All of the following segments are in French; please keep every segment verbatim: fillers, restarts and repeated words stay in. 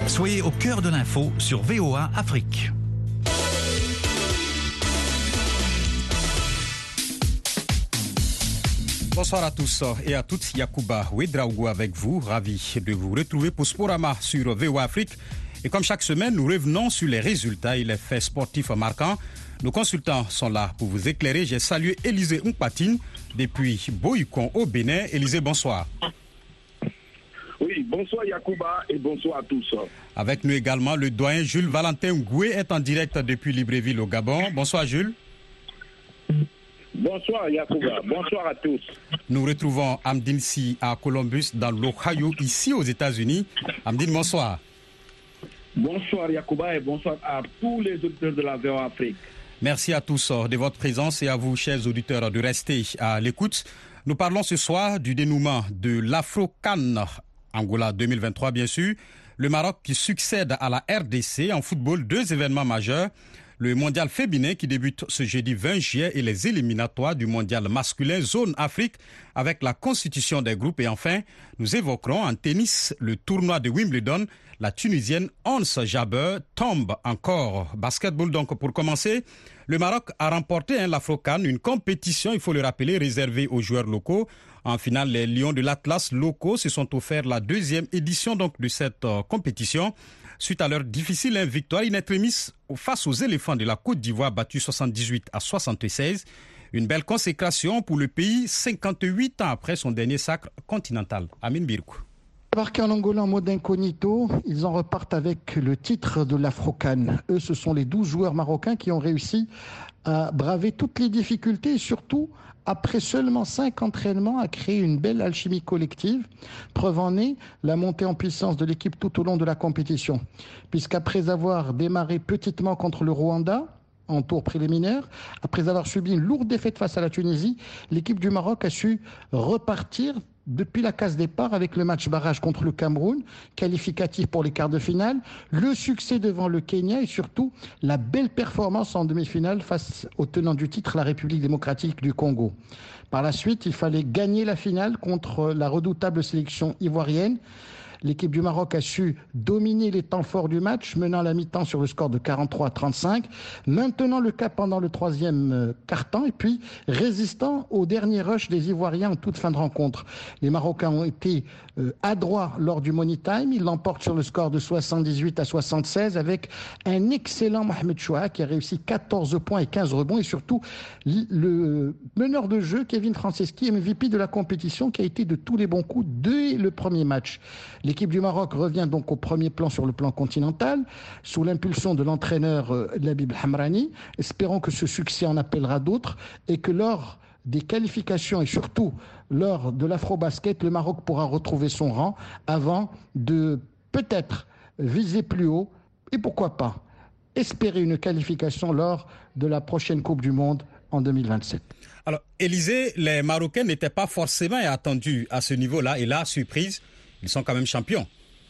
Soyez au cœur de l'info sur V O A Afrique. Bonsoir à tous et à toutes, Yacouba Ouedraogo avec vous, ravi de vous retrouver pour Sporama sur V O A Afrique. Et comme chaque semaine, nous revenons sur les résultats et les faits sportifs marquants. Nos consultants sont là pour vous éclairer. J'ai salué Élisée Mpatine depuis Boycon au Bénin. Élisée, bonsoir. Oui, bonsoir Yacouba et bonsoir à tous. Avec nous également, le doyen Jules Valentin Ngoué est en direct depuis Libreville au Gabon. Bonsoir Jules. Bonsoir Yacouba, bonsoir à tous. Nous retrouvons Amdine Si à Columbus dans l'Ohio, ici aux États-Unis. Amdine, bonsoir. Bonsoir Yacouba et bonsoir à tous les auditeurs de la V O A Afrique. Merci à tous de votre présence et à vous, chers auditeurs, de rester à l'écoute. Nous parlons ce soir du dénouement de l'Afro-CAN Angola deux mille vingt-trois, bien sûr. Le Maroc qui succède à la R D C en football, deux événements majeurs. Le mondial féminin qui débute ce jeudi vingt juillet et les éliminatoires du mondial masculin zone Afrique avec la constitution des groupes. Et enfin, nous évoquerons en tennis le tournoi de Wimbledon. La Tunisienne Ons Jabeur tombe encore. Basketball donc pour commencer. Le Maroc a remporté hein, l'Afro-CAN, une compétition, il faut le rappeler, réservée aux joueurs locaux. En finale, les Lions de l'Atlas locaux se sont offerts la deuxième édition donc, de cette euh, compétition. Suite à leur difficile hein, victoire in extremis face aux éléphants de la Côte d'Ivoire battus soixante-dix-huit à soixante-seize. Une belle consécration pour le pays cinquante-huit ans après son dernier sacre continental. Amine Birkou. Embarqués en Angola en mode incognito, ils en repartent avec le titre de l'Afro-CAN. Eux, ce sont les douze joueurs marocains qui ont réussi à braver toutes les difficultés et surtout, après seulement cinq entraînements, à créer une belle alchimie collective. Preuve en est la montée en puissance de l'équipe tout au long de la compétition. Puisqu'après avoir démarré petitement contre le Rwanda, en tour préliminaire, après avoir subi une lourde défaite face à la Tunisie, l'équipe du Maroc a su repartir depuis la case départ avec le match barrage contre le Cameroun, qualificatif pour les quarts de finale, le succès devant le Kenya et surtout la belle performance en demi-finale face au tenant du titre, la République démocratique du Congo. Par la suite, il fallait gagner la finale contre la redoutable sélection ivoirienne. L'équipe du Maroc a su dominer les temps forts du match, menant la mi-temps sur le score de quarante-trois à trente-cinq, maintenant le cap pendant le troisième quart-temps et puis résistant au dernier rush des Ivoiriens en toute fin de rencontre. Les Marocains ont été euh, adroits lors du money time, ils l'emportent sur le score de soixante-dix-huit à soixante-seize avec un excellent Mohamed Chouha qui a réussi quatorze points et quinze rebonds et surtout le meneur de jeu Kevin Franceschi, M V P de la compétition qui a été de tous les bons coups dès le premier match. L'équipe du Maroc revient donc au premier plan sur le plan continental, sous l'impulsion de l'entraîneur euh, Labib Hamrani. Espérons que ce succès en appellera d'autres et que lors des qualifications et surtout lors de l'Afro-Basket, le Maroc pourra retrouver son rang avant de peut-être viser plus haut et pourquoi pas espérer une qualification lors de la prochaine Coupe du Monde en deux mille vingt-sept. Alors, Élisée, les Marocains n'étaient pas forcément attendus à ce niveau-là et là, surprise, ils sont quand même champions.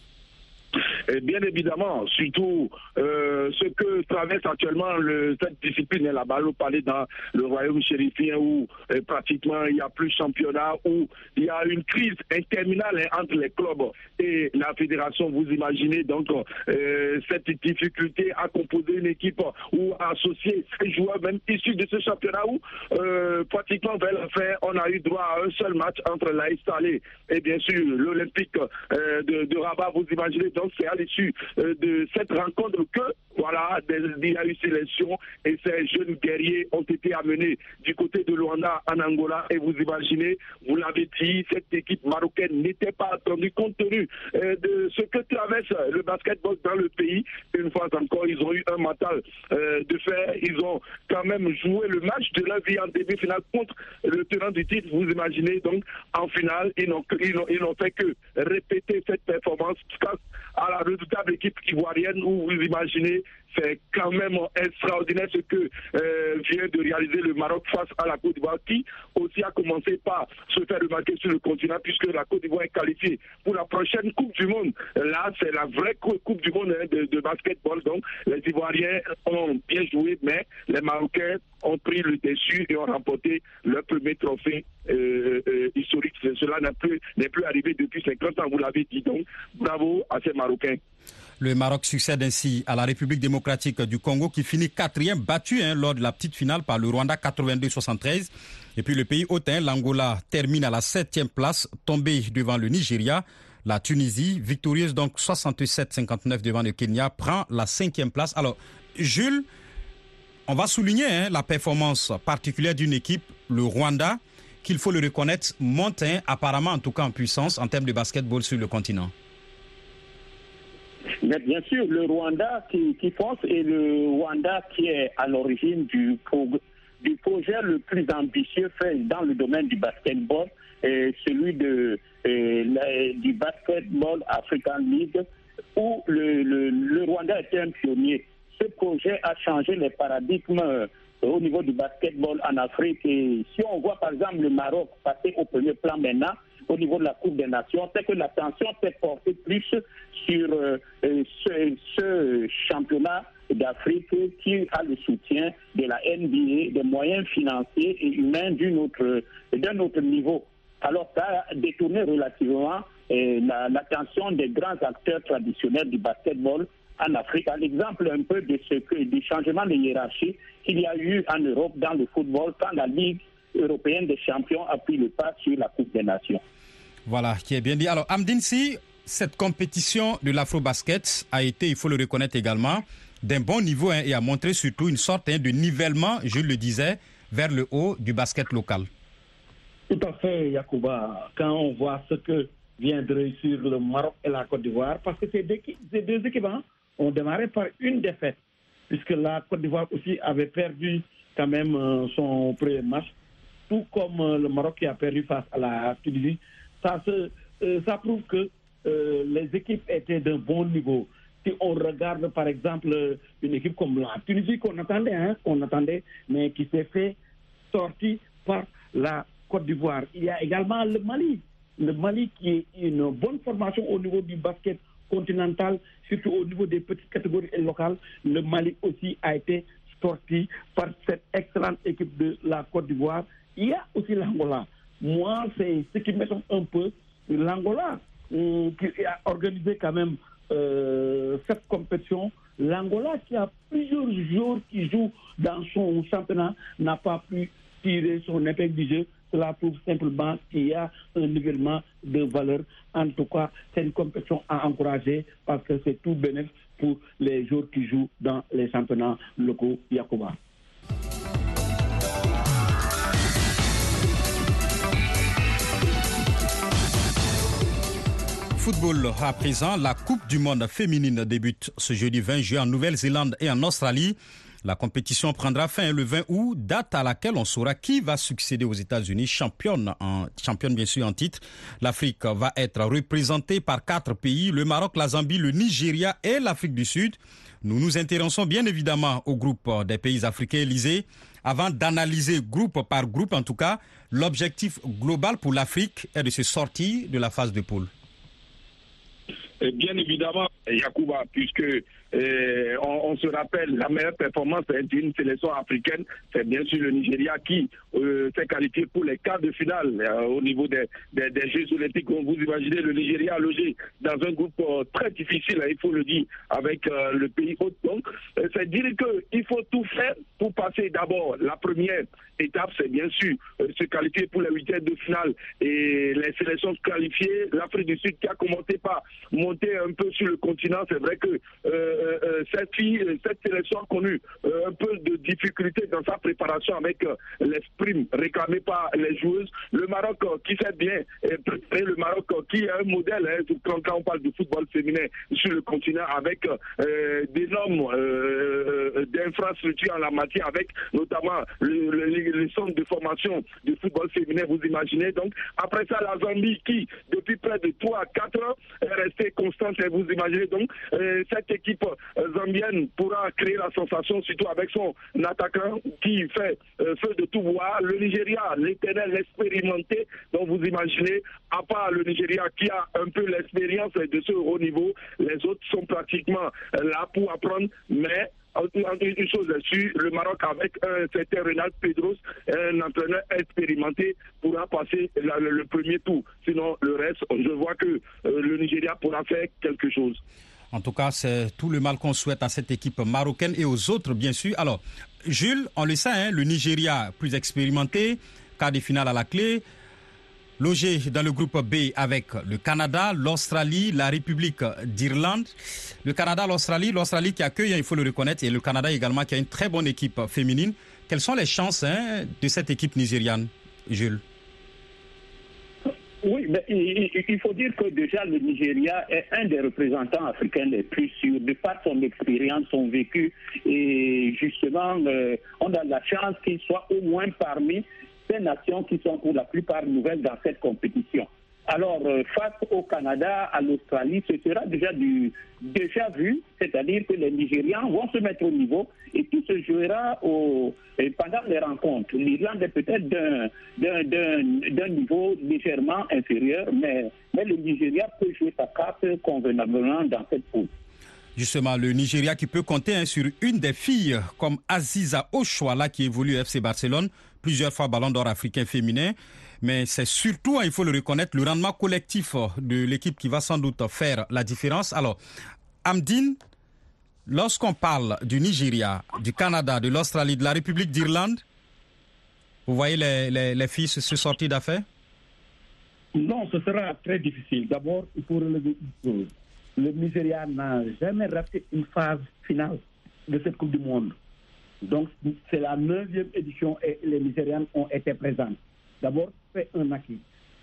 Et bien évidemment, surtout euh, ce que traverse actuellement le, cette discipline, la balle au palais dans le royaume chérifien où euh, pratiquement il n'y a plus de championnat, où il y a une crise interminable hein, entre les clubs et la fédération. Vous imaginez donc euh, cette difficulté à composer une équipe ou à associer ces joueurs même issus de ce championnat où euh, pratiquement vers la fin on a eu droit à un seul match entre l'A S Salé et bien sûr l'Olympique euh, de, de Rabat. Vous imaginez donc c'est à l'issue euh, de cette rencontre que voilà, il y a eu sélection et ces jeunes guerriers ont été amenés du côté de Luanda en Angola et vous imaginez, vous l'avez dit, cette équipe marocaine n'était pas attendue compte tenu euh, de ce que traverse le basketball dans le pays. Une fois encore, ils ont eu un mental euh, de fer, ils ont quand même joué le match de leur vie en demi-finale contre le tenant du titre. Vous imaginez donc en finale, ils n'ont, ils n'ont, ils n'ont fait que répéter cette performance face à la redoutable équipe ivoirienne où vous imaginez c'est quand même extraordinaire ce que euh, vient de réaliser le Maroc face à la Côte d'Ivoire qui aussi a commencé par se faire remarquer sur le continent puisque la Côte d'Ivoire est qualifiée pour la prochaine Coupe du Monde. Là, c'est la vraie Coupe du Monde hein, de, de basketball. Donc, les Ivoiriens ont bien joué, mais les Marocains ont pris le dessus et ont remporté leur premier trophée euh, euh, historique. Cela n'est plus, n'est plus arrivé depuis cinquante ans, vous l'avez dit. Donc, bravo à ces Marocains. Le Maroc succède ainsi à la République démocratique du Congo qui finit quatrième, battu hein, lors de la petite finale par le Rwanda quatre-vingt-deux à soixante-treize. Et puis le pays hôte, hein, l'Angola, termine à la septième place, tombé devant le Nigeria. La Tunisie, victorieuse donc soixante-sept à cinquante-neuf devant le Kenya, prend la cinquième place. Alors, Jules, on va souligner hein, la performance particulière d'une équipe, le Rwanda, qu'il faut le reconnaître, monte hein, apparemment en tout cas en puissance en termes de basketball sur le continent. Mais bien sûr, le Rwanda qui, qui fonce et le Rwanda qui est à l'origine du, prog- du projet le plus ambitieux fait dans le domaine du basketball, et celui de, et, la, du Basketball African League, où le, le, le Rwanda était un pionnier. Ce projet a changé les paradigmes euh, au niveau du basketball en Afrique. Et si on voit par exemple le Maroc passer au premier plan maintenant, au niveau de la Coupe des Nations, c'est que l'attention s'est portée plus sur euh, ce, ce championnat d'Afrique qui a le soutien de la N B A, des moyens financiers et humains d'un autre, d'un autre niveau. Alors ça a détourné relativement euh, la, l'attention des grands acteurs traditionnels du basketball en Afrique, à l'exemple un peu de ce que, du changement de hiérarchie qu'il y a eu en Europe dans le football quand la Ligue européenne des champions a pris le pas sur la Coupe des Nations. Voilà, qui est bien dit. Alors, Amdine, si cette compétition de l'afro-basket a été, il faut le reconnaître également, d'un bon niveau hein, et a montré surtout une sorte hein, de nivellement, je le disais, vers le haut du basket local. Tout à fait, Yacouba. Quand on voit ce que vient de réussir le Maroc et la Côte d'Ivoire, parce que ces deux, ces deux équipes hein, ont démarré par une défaite, puisque la Côte d'Ivoire aussi avait perdu quand même euh, son premier match, tout comme euh, le Maroc qui a perdu face à la Tunisie. Ça, se, euh, ça prouve que euh, les équipes étaient d'un bon niveau. Si on regarde par exemple une équipe comme la Tunisie qu'on attendait, hein, qu'on attendait, mais qui s'est fait sortir par la Côte d'Ivoire. Il y a également le Mali. Le Mali qui est une bonne formation au niveau du basket continental, surtout au niveau des petites catégories locales. Le Mali aussi a été sorti par cette excellente équipe de la Côte d'Ivoire. Il y a aussi l'Angola. Moi, c'est ce qui m'étonne un peu. L'Angola, euh, qui a organisé quand même euh, cette compétition. L'Angola, qui a plusieurs joueurs qui jouent dans son championnat, n'a pas pu tirer son épingle du jeu. Cela prouve simplement qu'il y a un nivellement de valeur. En tout cas, c'est une compétition à encourager parce que c'est tout bénéfice pour les joueurs qui jouent dans les championnats locaux Yacouba. Football à présent, la Coupe du monde féminine débute ce jeudi vingt juin en Nouvelle-Zélande et en Australie. La compétition prendra fin le vingt août, date à laquelle on saura qui va succéder aux États-Unis, championne, en, championne bien sûr en titre. L'Afrique va être représentée par quatre pays, le Maroc, la Zambie, le Nigeria et l'Afrique du Sud. Nous nous intéressons bien évidemment au groupe des pays africains élisés. Avant d'analyser groupe par groupe, en tout cas, l'objectif global pour l'Afrique est de se sortir de la phase de poule. Et bien évidemment, Yacouba, puisque euh, on, on se rappelle, la meilleure performance d'une sélection africaine, c'est bien sûr le Nigeria qui euh, s'est qualifié pour les quarts de finale euh, au niveau des, des, des Jeux olympiques. Comme vous imaginez, le Nigeria logé dans un groupe euh, très difficile, hein, il faut le dire, avec euh, le pays hôte. Donc, euh, c'est dire qu'il faut tout faire pour passer d'abord la première étape, c'est bien sûr euh, se qualifier pour les huitièmes de finale et les sélections qualifiées. L'Afrique du Sud qui a commencé par monter un peu sur le continent, c'est vrai que euh, euh, cette fille, cette sélection a connu euh, un peu de difficulté dans sa préparation avec euh, les primes réclamées par les joueuses. Le Maroc euh, qui fait bien préparer, le Maroc euh, qui est un modèle hein, quand, quand on parle du football féminin sur le continent avec euh, d'énormes euh, d'infrastructures en la matière, avec notamment le, le, les centres de formation du football féminin, vous imaginez. Donc après ça, la Zambie qui depuis près de trois à quatre ans est restée constante, vous imaginez. Donc euh, cette équipe euh, zambienne pourra créer la sensation, surtout avec son attaquant qui fait euh, feu de tout voir. Le Nigeria, l'éternel expérimenté, donc vous imaginez, à part le Nigeria qui a un peu l'expérience de ce haut niveau, les autres sont pratiquement là pour apprendre, mais une chose est sûre, le Maroc avec un certain Renald Pedros, un entraîneur expérimenté, pourra passer la, le, le premier tour. Sinon, le reste, je vois que euh, le Nigeria pourra faire quelque chose. En tout cas, c'est tout le mal qu'on souhaite à cette équipe marocaine et aux autres, bien sûr. Alors, Jules, on le sait, hein, le Nigeria plus expérimenté, quart de finale à la clé, logé dans le groupe B avec le Canada, l'Australie, la République d'Irlande. Le Canada, l'Australie, l'Australie qui accueille, il faut le reconnaître, et le Canada également qui a une très bonne équipe féminine. Quelles sont les chances hein, de cette équipe nigériane, Jules? Oui, mais il faut dire que déjà le Nigeria est un des représentants africains les plus sûrs, de par son expérience, son vécu, et justement, euh, on a la chance qu'il soit au moins parmi ces nations qui sont pour la plupart nouvelles dans cette compétition. Alors, euh, face au Canada, à l'Australie, ce sera déjà du déjà vu, c'est-à-dire que les Nigérians vont se mettre au niveau et tout se jouera au, pendant les rencontres. L'Irlande est peut-être d'un, d'un, d'un, d'un niveau légèrement inférieur, mais, mais le Nigeria peut jouer sa carte convenablement dans cette poule. Justement, le Nigeria qui peut compter hein, sur une des filles comme Aziza Oshoala qui évolue au F C Barcelone, plusieurs fois ballon d'or africain féminin. Mais c'est surtout, il faut le reconnaître, le rendement collectif de l'équipe qui va sans doute faire la différence. Alors, Amdine, lorsqu'on parle du Nigeria, du Canada, de l'Australie, de la République d'Irlande, vous voyez les, les, les filles se sortir d'affaire? Non, ce sera très difficile. D'abord, il faut relever une chose. Le Nigeria n'a jamais raté une phase finale de cette Coupe du Monde. Donc, c'est la neuvième édition et les Nigérianes ont été présentes. D'abord, c'est un acquis.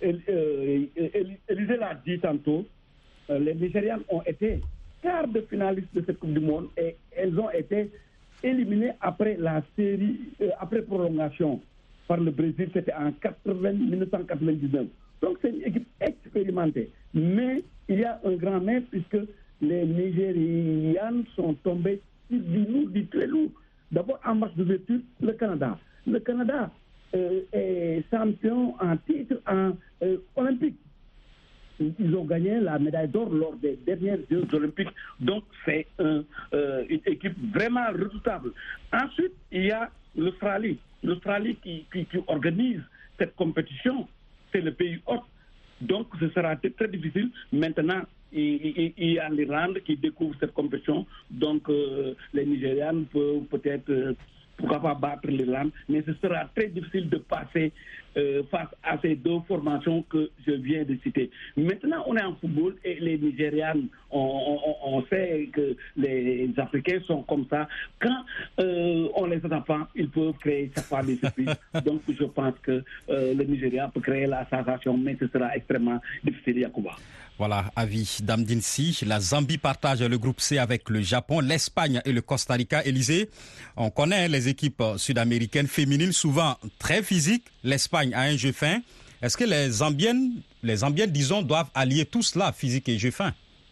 Élisée l'a dit tantôt, euh, les Nigérianes ont été quart de finalistes de cette Coupe du Monde et elles ont été éliminées après la série, euh, après prolongation par le Brésil, c'était en mille neuf cent quatre-vingt-dix-neuf. Donc c'est une équipe expérimentée. Mais il y a un grand mais puisque les Nigérianes sont tombées sur du lourd, du très lourd. D'abord, en match d'ouverture, le Canada. Le Canada euh, est champion en titre en euh, olympique. Ils ont gagné la médaille d'or lors des dernières Jeux olympiques. Donc, c'est un, euh, une équipe vraiment redoutable. Ensuite, il y a l'Australie. L'Australie qui, qui, qui organise cette compétition, c'est le pays hôte. Donc, ce sera très difficile. Maintenant, il, il y a l'Irlande qui découvre cette compétition. Donc, euh, les Nigérians peuvent peut-être, euh, pourquoi pas battre l'Irlande. Mais ce sera très difficile de passer euh, face à ces deux formations que je viens de citer. Maintenant, on est en football et les Nigérians, on, on, on sait que les Africains sont comme ça. Quand euh, on les attend, ils peuvent créer chaque fois des surprises. Donc, je pense que euh, le Nigeria peut créer la sensation, mais ce sera extrêmement difficile, Yacouba. Voilà, avis d'Amdine Sy. La Zambie partage le groupe C avec le Japon, l'Espagne et le Costa Rica. Élysée, on connaît les équipes sud-américaines féminines, souvent très physiques. L'Espagne a un jeu fin. Est-ce que les Zambiennes, les Zambiennes, disons, doivent allier tout cela, physique et jeu fin?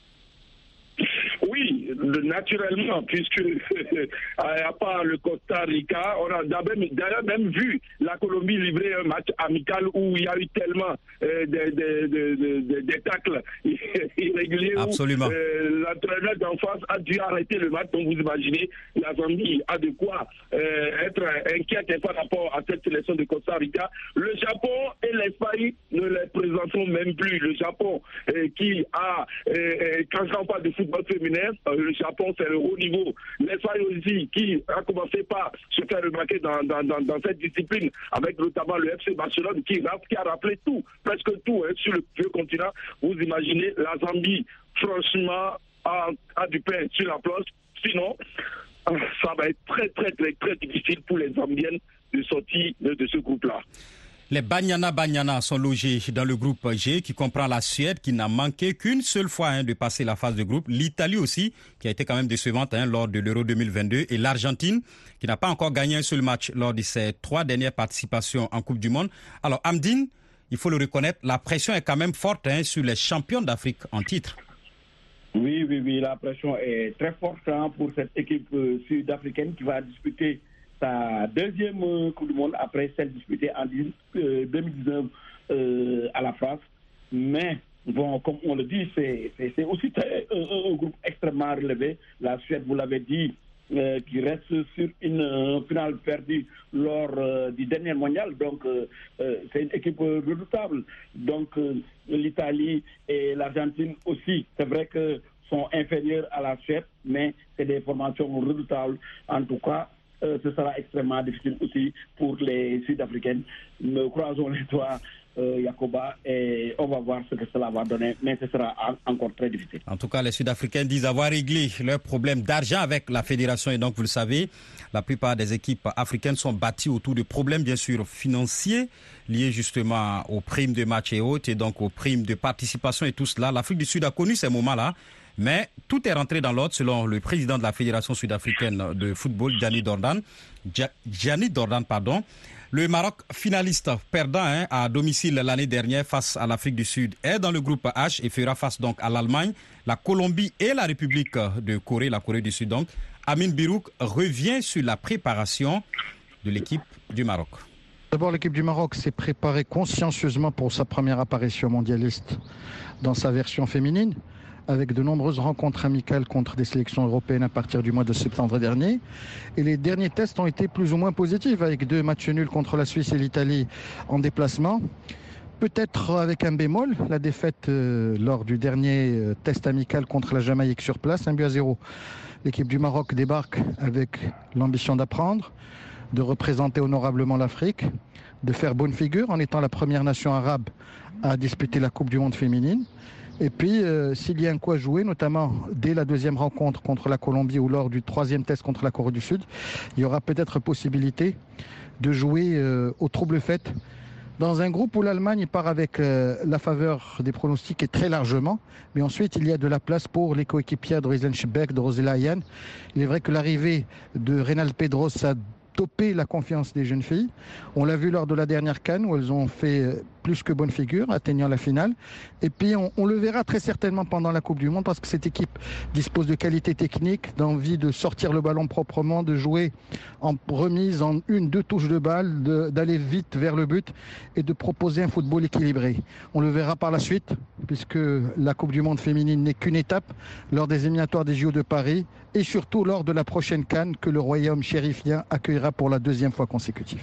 Naturellement, puisque à part le Costa Rica, on a d'ailleurs même vu la Colombie livrer un match amical où il y a eu tellement euh, de, de, de, de, de tacles irréguliers. Absolument. Où, euh, l'entraîneur d'en face a dû arrêter le match. Donc vous imaginez, la Zambie a de quoi euh, être inquiète par rapport à cette sélection de Costa Rica. Le Japon et l'Espagne ne les présenteront même plus. Le Japon euh, qui a, euh, quand on parle de football féminin, euh, le Japon, c'est le haut niveau. L'Espagne aussi, qui a commencé par se faire remarquer dans, dans, dans, dans cette discipline, avec notamment le F C Barcelone, qui, qui a rappelé tout, presque tout, hein, sur le vieux continent. Vous imaginez, la Zambie, franchement, a, a du pain sur la planche. Sinon, ça va être très, très, très, très difficile pour les Zambiennes de sortir de, de ce groupe-là. Les Banyana Banyana sont logés dans le groupe G qui comprend la Suède qui n'a manqué qu'une seule fois hein, de passer la phase de groupe. L'Italie aussi qui a été quand même décevante hein, lors de l'Euro deux mille vingt-deux et l'Argentine qui n'a pas encore gagné un seul match lors de ses trois dernières participations en Coupe du Monde. Alors Amdine, il faut le reconnaître, la pression est quand même forte hein, sur les champions d'Afrique en titre. Oui, oui, oui, la pression est très forte hein, pour cette équipe euh, sud-africaine qui va disputer sa deuxième euh, Coupe du Monde après celle disputée en euh, deux mille dix-neuf euh, à la France. Mais, bon, comme on le dit, c'est, c'est, c'est aussi très, euh, un groupe extrêmement relevé. La Suède, vous l'avez dit, euh, qui reste sur une euh, finale perdue lors euh, du dernier mondial. Donc, euh, euh, c'est une équipe redoutable. Donc, euh, l'Italie et l'Argentine aussi. C'est vrai que sont inférieures à la Suède, mais c'est des formations redoutables. En tout cas, euh, ce sera extrêmement difficile aussi pour les Sud-Africaines. Nous croisons les doigts, euh, Yacoba, et on va voir ce que cela va donner, mais ce sera en, encore très difficile. En tout cas, les Sud-Africains disent avoir réglé leurs problèmes d'argent avec la fédération, et donc, vous le savez, la plupart des équipes africaines sont bâties autour de problèmes, bien sûr, financiers, liés justement aux primes de match et autres, et donc aux primes de participation et tout cela. L'Afrique du Sud a connu ces moments-là, mais tout est rentré dans l'ordre selon le président de la Fédération sud-africaine de football, Gianni Dordan. Gianni Dordan, pardon. Le Maroc, finaliste perdant hein, à domicile l'année dernière face à l'Afrique du Sud, est dans le groupe H et fera face donc à l'Allemagne, la Colombie et la République de Corée, la Corée du Sud donc. Amin Birouk revient sur la préparation de l'équipe du Maroc. D'abord, l'équipe du Maroc s'est préparée consciencieusement pour sa première apparition mondialiste dans sa version féminine, avec de nombreuses rencontres amicales contre des sélections européennes à partir du mois de septembre dernier. Et les derniers tests ont été plus ou moins positifs, avec deux matchs nuls contre la Suisse et l'Italie en déplacement. Peut-être avec un bémol, la défaite euh, lors du dernier euh, test amical contre la Jamaïque sur place, un but à zéro. L'équipe du Maroc débarque avec l'ambition d'apprendre, de représenter honorablement l'Afrique, de faire bonne figure en étant la première nation arabe à disputer la Coupe du Monde féminine. Et puis, euh, s'il y a un coup à jouer, notamment dès la deuxième rencontre contre la Colombie ou lors du troisième test contre la Corée du Sud, il y aura peut-être possibilité de jouer euh, au trouble fête dans un groupe où l'Allemagne part avec euh, la faveur des pronostics et très largement. Mais ensuite, il y a de la place pour les coéquipières de Riesenbeek, de Rosella Ayane. Il est vrai que l'arrivée de Reynald Pedros a topé la confiance des jeunes filles. On l'a vu lors de la dernière CAN où elles ont fait plus que bonne figure, atteignant la finale. Et puis on, on le verra très certainement pendant la Coupe du Monde parce que cette équipe dispose de qualités techniques, d'envie de sortir le ballon proprement, de jouer en remise en une, deux touches de balle, de, d'aller vite vers le but et de proposer un football équilibré. On le verra par la suite puisque la Coupe du Monde féminine n'est qu'une étape lors des éliminatoires des J O de Paris et surtout lors de la prochaine CAN que le Royaume chérifien accueillera pour la deuxième fois consécutive.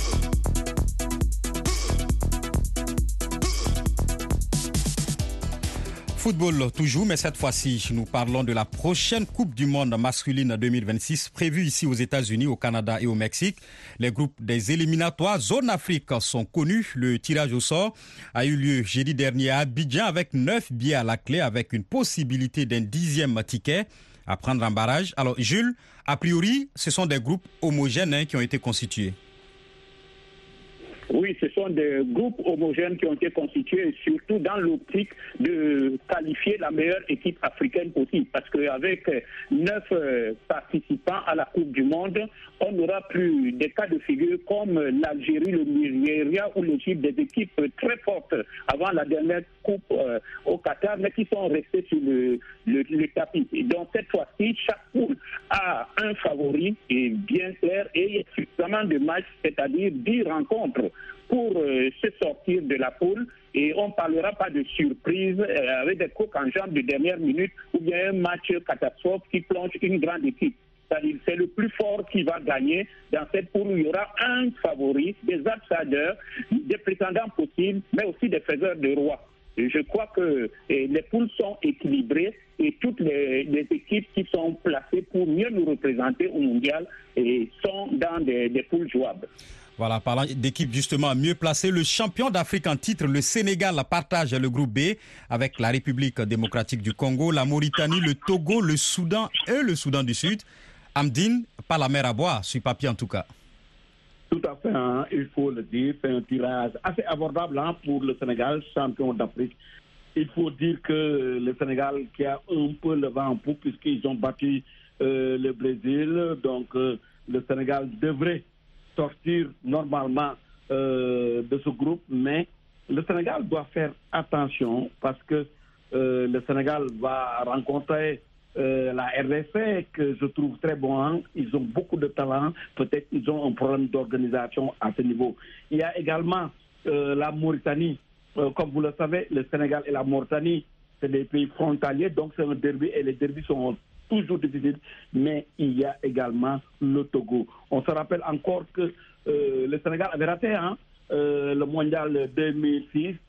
Football toujours, mais cette fois-ci, nous parlons de la prochaine Coupe du Monde masculine deux mille vingt-six, prévue ici aux États-Unis, au Canada et au Mexique. Les groupes des éliminatoires Zone Afrique sont connus. Le tirage au sort a eu lieu jeudi dernier à Abidjan avec neuf billets à la clé, avec une possibilité d'un dixième ticket à prendre en barrage. Alors, Jules, a priori, ce sont des groupes homogènes hein, qui ont été constitués. Oui, ce sont des groupes homogènes qui ont été constitués, surtout dans l'optique de qualifier la meilleure équipe africaine possible. Parce qu'avec neuf participants à la Coupe du Monde, on n'aura plus des cas de figure comme l'Algérie, le Nigeria ou l'Égypte, des équipes très fortes avant la dernière Coupe euh, au Qatar, mais qui sont restées sur le, le, le tapis. Et donc cette fois-ci, chaque poule a un favori et bien clair et il y a suffisamment de matchs, c'est-à-dire dix rencontres pour euh, se sortir de la poule et on ne parlera pas de surprise euh, avec des coups en jambes de dernière minute ou bien un match catastrophe qui plonge une grande équipe. C'est-à-dire c'est le plus fort qui va gagner dans cette poule où il y aura un favori, des outsiders, des prétendants possibles, mais aussi des faiseurs de roi. Et je crois que eh, les poules sont équilibrées et toutes les, les équipes qui sont placées pour mieux nous représenter au mondial eh, sont dans des, des poules jouables. Voilà, parlant d'équipes justement mieux placées, le champion d'Afrique en titre, le Sénégal, partage le groupe B avec la République démocratique du Congo, la Mauritanie, le Togo, le Soudan et le Soudan du Sud. Amdine, pas la mer à boire, sur papier en tout cas. Tout à fait, hein, il faut le dire, c'est un tirage assez abordable hein, pour le Sénégal, champion d'Afrique. Il faut dire que le Sénégal qui a un peu le vent en poupe puisqu'ils ont battu euh, le Brésil, donc euh, le Sénégal devrait sortir normalement euh, de ce groupe, mais le Sénégal doit faire attention parce que euh, le Sénégal va rencontrer Euh, la R D C que je trouve très bon, hein. Ils ont beaucoup de talent, peut-être ils ont un problème d'organisation à ce niveau. Il y a également euh, la Mauritanie, euh, comme vous le savez, le Sénégal et la Mauritanie, c'est des pays frontaliers, donc c'est un derby et les derbys sont toujours difficiles, mais il y a également le Togo. On se rappelle encore que euh, le Sénégal avait raté hein, euh, le mondial deux mille six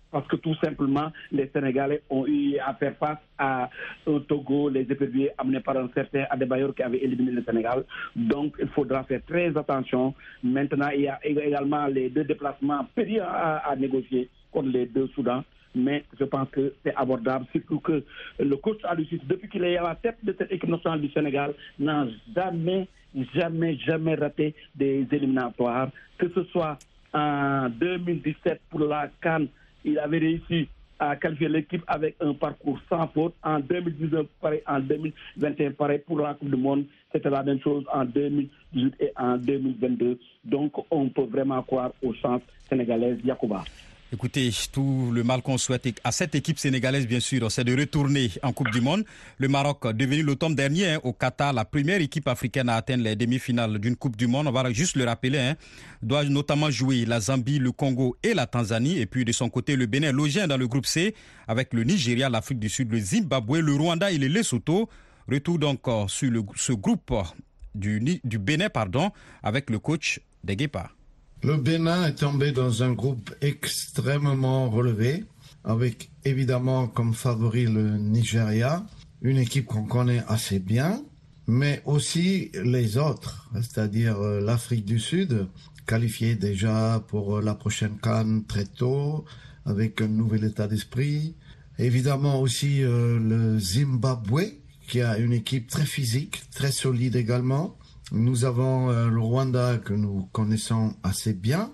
parce que tout simplement, les Sénégalais ont eu à faire face à un Togo, les éperviers amenés par un certain Adebayor qui avait éliminé le Sénégal. Donc, il faudra faire très attention. Maintenant, il y a également les deux déplacements périlleux à, à négocier contre les deux Soudans. Mais je pense que c'est abordable, surtout que le coach Aliou Cissé, depuis qu'il est à la tête de cette équipe nationale du Sénégal, n'a jamais, jamais, jamais raté des éliminatoires. Que ce soit en deux mille dix-sept pour la CAN, il avait réussi à qualifier l'équipe avec un parcours sans faute. En deux mille dix-neuf, pareil, en deux mille vingt et un, pareil, pour la Coupe du Monde, c'était la même chose en deux mille dix-huit et en deux mille vingt-deux. Donc, on peut vraiment croire aux chances sénégalaises. Yacouba. Écoutez, tout le mal qu'on souhaite à cette équipe sénégalaise, bien sûr, c'est de retourner en Coupe du Monde. Le Maroc, devenu l'automne dernier hein, au Qatar, la première équipe africaine à atteindre les demi-finales d'une Coupe du Monde, on va juste le rappeler, hein, doit notamment jouer la Zambie, le Congo et la Tanzanie. Et puis de son côté, le Bénin logé dans le groupe C avec le Nigeria, l'Afrique du Sud, le Zimbabwe, le Rwanda et le Lesotho. Retour donc sur le, ce groupe du, du Bénin pardon, avec le coach des Guépards. Le Bénin est tombé dans un groupe extrêmement relevé, avec évidemment comme favori le Nigeria, une équipe qu'on connaît assez bien, mais aussi les autres, c'est-à-dire l'Afrique du Sud, qualifiée déjà pour la prochaine CAN très tôt, avec un nouvel état d'esprit. Évidemment aussi euh, le Zimbabwe, qui a une équipe très physique, très solide également. Nous avons euh, le Rwanda que nous connaissons assez bien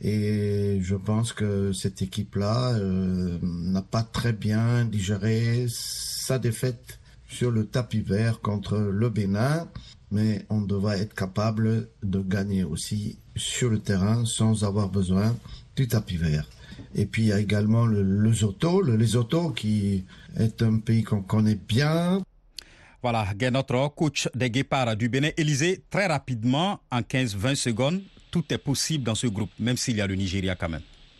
et je pense que cette équipe-là euh, n'a pas très bien digéré sa défaite sur le tapis vert contre le Bénin, mais on devrait être capable de gagner aussi sur le terrain sans avoir besoin du tapis vert. Et puis il y a également le Lesotho, le Lesotho qui est un pays qu'on connaît bien. Voilà, notre coach des Guépards du Bénin, Élysée, très rapidement, en quinze vingt secondes, tout est possible dans ce groupe, même s'il y a le Nigeria quand même.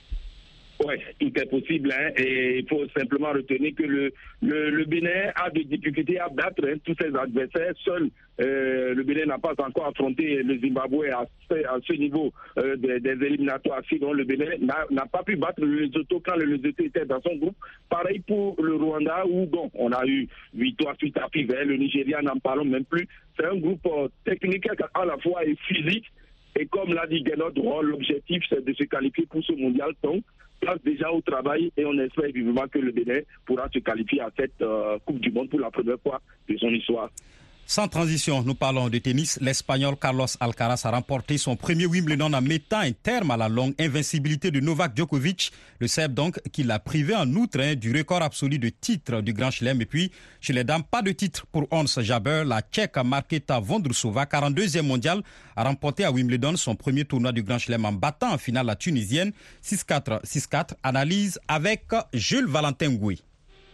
Oui, tout est possible. Hein, et il faut simplement retenir que le, le, le Bénin a des difficultés à battre hein, tous ses adversaires. Seul euh, le Bénin n'a pas encore affronté le Zimbabwe à ce, à ce niveau euh, des, des éliminatoires. Sinon, le Bénin n'a, n'a pas pu battre le Lesotho quand le Lesotho était dans son groupe. Pareil pour le Rwanda où bon, on a eu victoire suite à Pivet. Le Nigeria, n'en parlons même plus. C'est un groupe euh, technique à la fois et physique. Et comme l'a dit Guénot, l'objectif c'est de se qualifier pour ce mondial. Donc, place déjà au travail et on espère vivement que le Bénin pourra se qualifier à cette euh, Coupe du Monde pour la première fois de son histoire. Sans transition, nous parlons de tennis. L'Espagnol Carlos Alcaraz a remporté son premier Wimbledon en mettant un terme à la longue invincibilité de Novak Djokovic. Le Serbe donc qui l'a privé en outre hein, du record absolu de titres du Grand Chelem. Et puis chez les dames, pas de titre pour Ons Jabeur. La Tchèque Markéta Vondrousova, quarante-deuxième mondiale, a remporté à Wimbledon son premier tournoi du Grand Chelem en battant en finale la Tunisienne six quatre six quatre. Analyse avec Jules Valentin Gouy.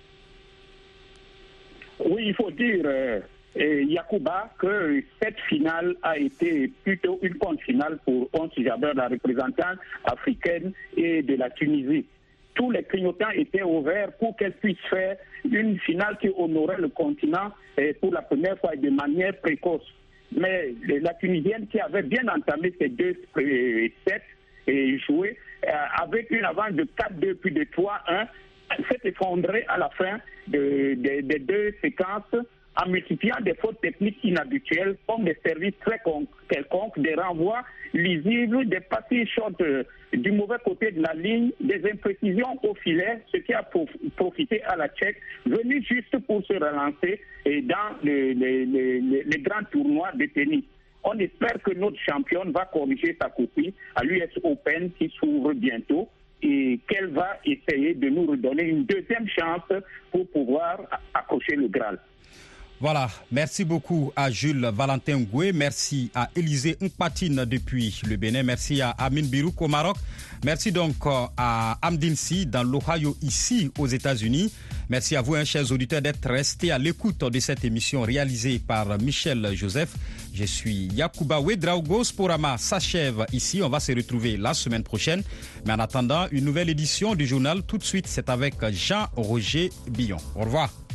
Oui, il faut dire... Euh... Et Yacouba, que cette finale a été plutôt une grande finale pour Ons Jabeur, la représentante africaine et de la Tunisie. Tous les clignotants étaient ouverts pour qu'elle puisse faire une finale qui honorait le continent pour la première fois et de manière précoce. Mais la Tunisienne qui avait bien entamé ses deux sets et joué avec une avance de quatre deux puis de trois un, s'est effondrée à la fin des de, de deux séquences en multipliant des fautes techniques inhabituelles comme des services très quelconques, des renvois lisibles, des parties short euh, du mauvais côté de la ligne, des imprécisions au filet, ce qui a prof- profité à la Tchèque, venue juste pour se relancer et dans les, les, les, les grands tournois de tennis. On espère que notre championne va corriger sa copie à l'U S Open qui s'ouvre bientôt et qu'elle va essayer de nous redonner une deuxième chance pour pouvoir accrocher le Graal. Voilà, merci beaucoup à Jules Valentin Goué, merci à Élysée Mpatine depuis le Bénin, merci à Amin Birouk au Maroc, merci donc à Amdine Si dans l'Ohio ici aux États-Unis. Merci à vous, hein, chers auditeurs, d'être restés à l'écoute de cette émission réalisée par Michel Joseph. Je suis Yacouba Ouedraogo. Sporama s'achève ici. On va se retrouver la semaine prochaine. Mais en attendant, une nouvelle édition du journal tout de suite, c'est avec Jean-Roger Billon. Au revoir.